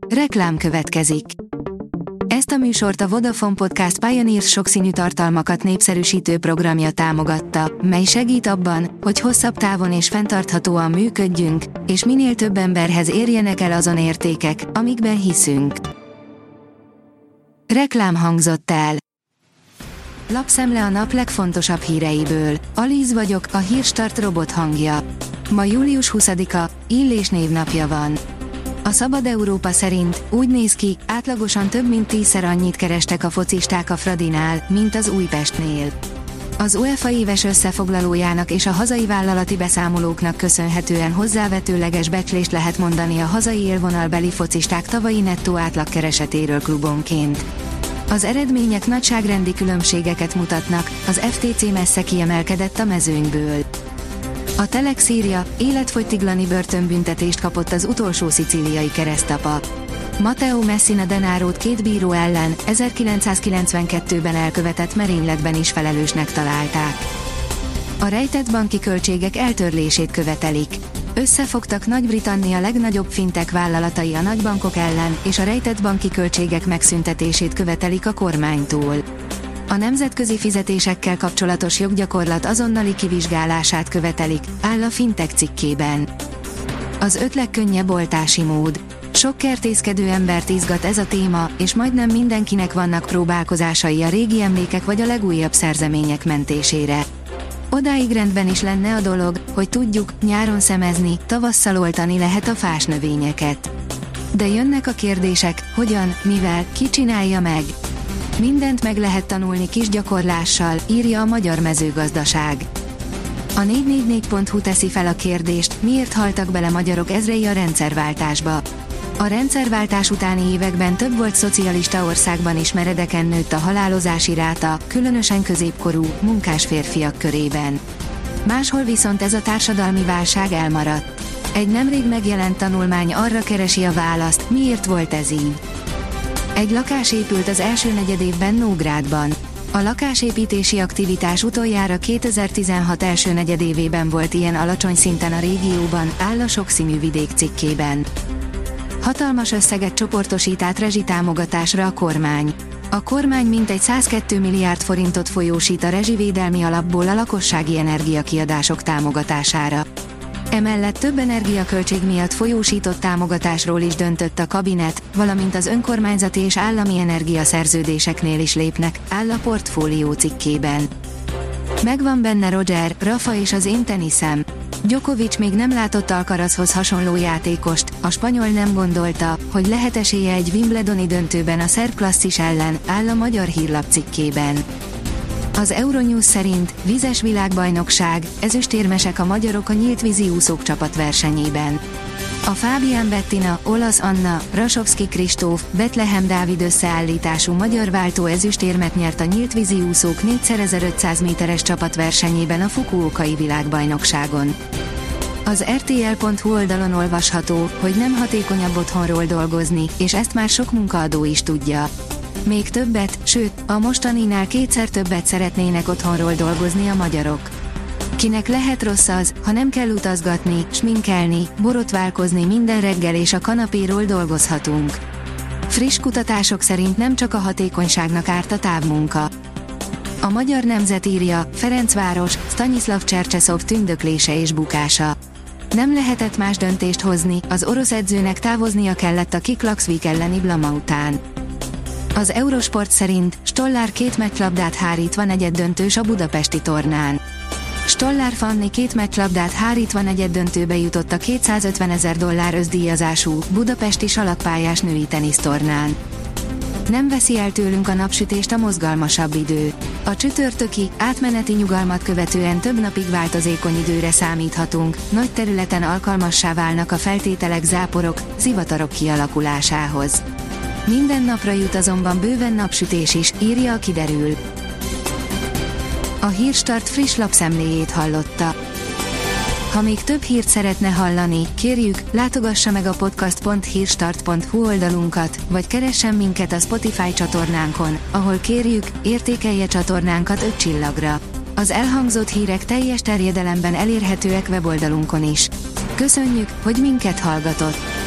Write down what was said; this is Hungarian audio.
Reklám következik. Ezt a műsort a Vodafone Podcast Pioneers sokszínű tartalmakat népszerűsítő programja támogatta, mely segít abban, hogy hosszabb távon és fenntarthatóan működjünk, és minél több emberhez érjenek el azon értékek, amikben hiszünk. Reklám hangzott el. Lapszemle a nap legfontosabb híreiből. Alíz vagyok, a Hírstart robot hangja. Ma július 20-a, Illés névnapja van. A Szabad Európa szerint úgy néz ki, átlagosan több mint 10-szer annyit kerestek a focisták a Fradinál, mint az Újpestnél. Az UEFA éves összefoglalójának és a hazai vállalati beszámolóknak köszönhetően hozzávetőleges becslést lehet mondani a hazai élvonalbeli focisták tavalyi nettó átlagkeresetéről klubonként. Az eredmények nagyságrendi különbségeket mutatnak, az FTC messze kiemelkedett a mezőnyből. A Telex írja, életfogytiglani börtönbüntetést kapott az utolsó szicíliai keresztapa. Matteo Messina Denarót két bíró ellen 1992-ben elkövetett merényletben is felelősnek találták. A rejtett banki költségek eltörlését követelik. Összefogtak Nagy-Britannia legnagyobb fintech vállalatai a nagybankok ellen, és a rejtett banki költségek megszüntetését követelik a kormánytól. A nemzetközi fizetésekkel kapcsolatos joggyakorlat azonnali kivizsgálását követelik, áll a Fintech cikkében. Az 5 legkönnyebb oltási mód. Sok kertészkedő embert izgat ez a téma, és majdnem mindenkinek vannak próbálkozásai a régi emlékek vagy a legújabb szerzemények mentésére. Odáig rendben is lenne a dolog, hogy tudjuk, nyáron szemezni, tavasszal oltani lehet a fás növényeket. De jönnek a kérdések, hogyan, mivel, ki csinálja meg? Mindent meg lehet tanulni kis gyakorlással, írja a Magyar Mezőgazdaság. A 444.hu teszi fel a kérdést, miért haltak bele magyarok ezrei a rendszerváltásba. A rendszerváltás utáni években több volt szocialista országban is meredeken nőtt a halálozási ráta, különösen középkorú, munkás férfiak körében. Máshol viszont ez a társadalmi válság elmaradt. Egy nemrég megjelent tanulmány arra keresi a választ, miért volt ez így. Egy lakás épült az első negyedévben Nógrádban. A lakásépítési aktivitás utoljára 2016 első negyedévében volt ilyen alacsony szinten a régióban, áll a Sokszínű Vidék cikkében. Hatalmas összeget csoportosít át rezsitámogatásra a kormány. A kormány mintegy 102 milliárd forintot folyósít a rezsivédelmi alapból a lakossági energiakiadások támogatására. Emellett több energiaköltség miatt folyósított támogatásról is döntött a kabinet, valamint az önkormányzati és állami energiaszerződéseknél is lépnek, áll a Portfólió cikkében. Megvan benne Roger, Rafa és az én teniszem. Djokovic még nem látott Alcarazhoz hasonló játékost, a spanyol nem gondolta, hogy lehet esélye egy Wimbledoni döntőben a szerb klasszis ellen, áll a Magyar Hírlap cikkében. Az Euronews szerint vízes világbajnokság, ezüstérmesek a magyarok a nyíltvízi úszók csapatversenyében. A Fábián Bettina, Olasz Anna, Rasovszky Kristóf, Betlehem Dávid összeállítású magyar váltó ezüstérmet nyert a nyíltvízi úszók 4x1500 méteres csapatversenyében a Fukuokai világbajnokságon. Az RTL.hu oldalon olvasható, hogy nem hatékonyabb otthonról dolgozni, és ezt már sok munkaadó is tudja. Még többet, sőt, a mostaninál 2-szer többet szeretnének otthonról dolgozni a magyarok. Kinek lehet rossz az, ha nem kell utazgatni, sminkelni, borotválkozni minden reggel és a kanapéról dolgozhatunk. Friss kutatások szerint nem csak a hatékonyságnak árt a távmunka. A Magyar Nemzet írja, Ferencváros, Stanislav Csercseszov tündöklése és bukása. Nem lehetett más döntést hozni, az orosz edzőnek távoznia kellett a Kiklaxvik elleni blama után. Az Eurosport szerint Stollár 2 meccslabdát hárítva negyeddöntős a budapesti tornán. Stollár Fanni 2 meccslabdát hárítva negyeddöntőbe jutott a $250 000 összdíjazású, budapesti salakpályás női tenisztornán. Nem veszi el tőlünk a napsütést a mozgalmasabb idő. A csütörtöki, átmeneti nyugalmat követően több napig változékony időre számíthatunk, nagy területen alkalmassá válnak a feltételek záporok, zivatarok kialakulásához. Minden napra jut azonban bőven napsütés is, írja a Kiderül. A Hírstart friss lapszemléjét hallotta. Ha még több hírt szeretne hallani, kérjük, látogassa meg a podcast.hírstart.hu oldalunkat, vagy keressen minket a Spotify csatornánkon, ahol kérjük, értékelje csatornánkat 5 csillagra. Az elhangzott hírek teljes terjedelemben elérhetőek weboldalunkon is. Köszönjük, hogy minket hallgatott!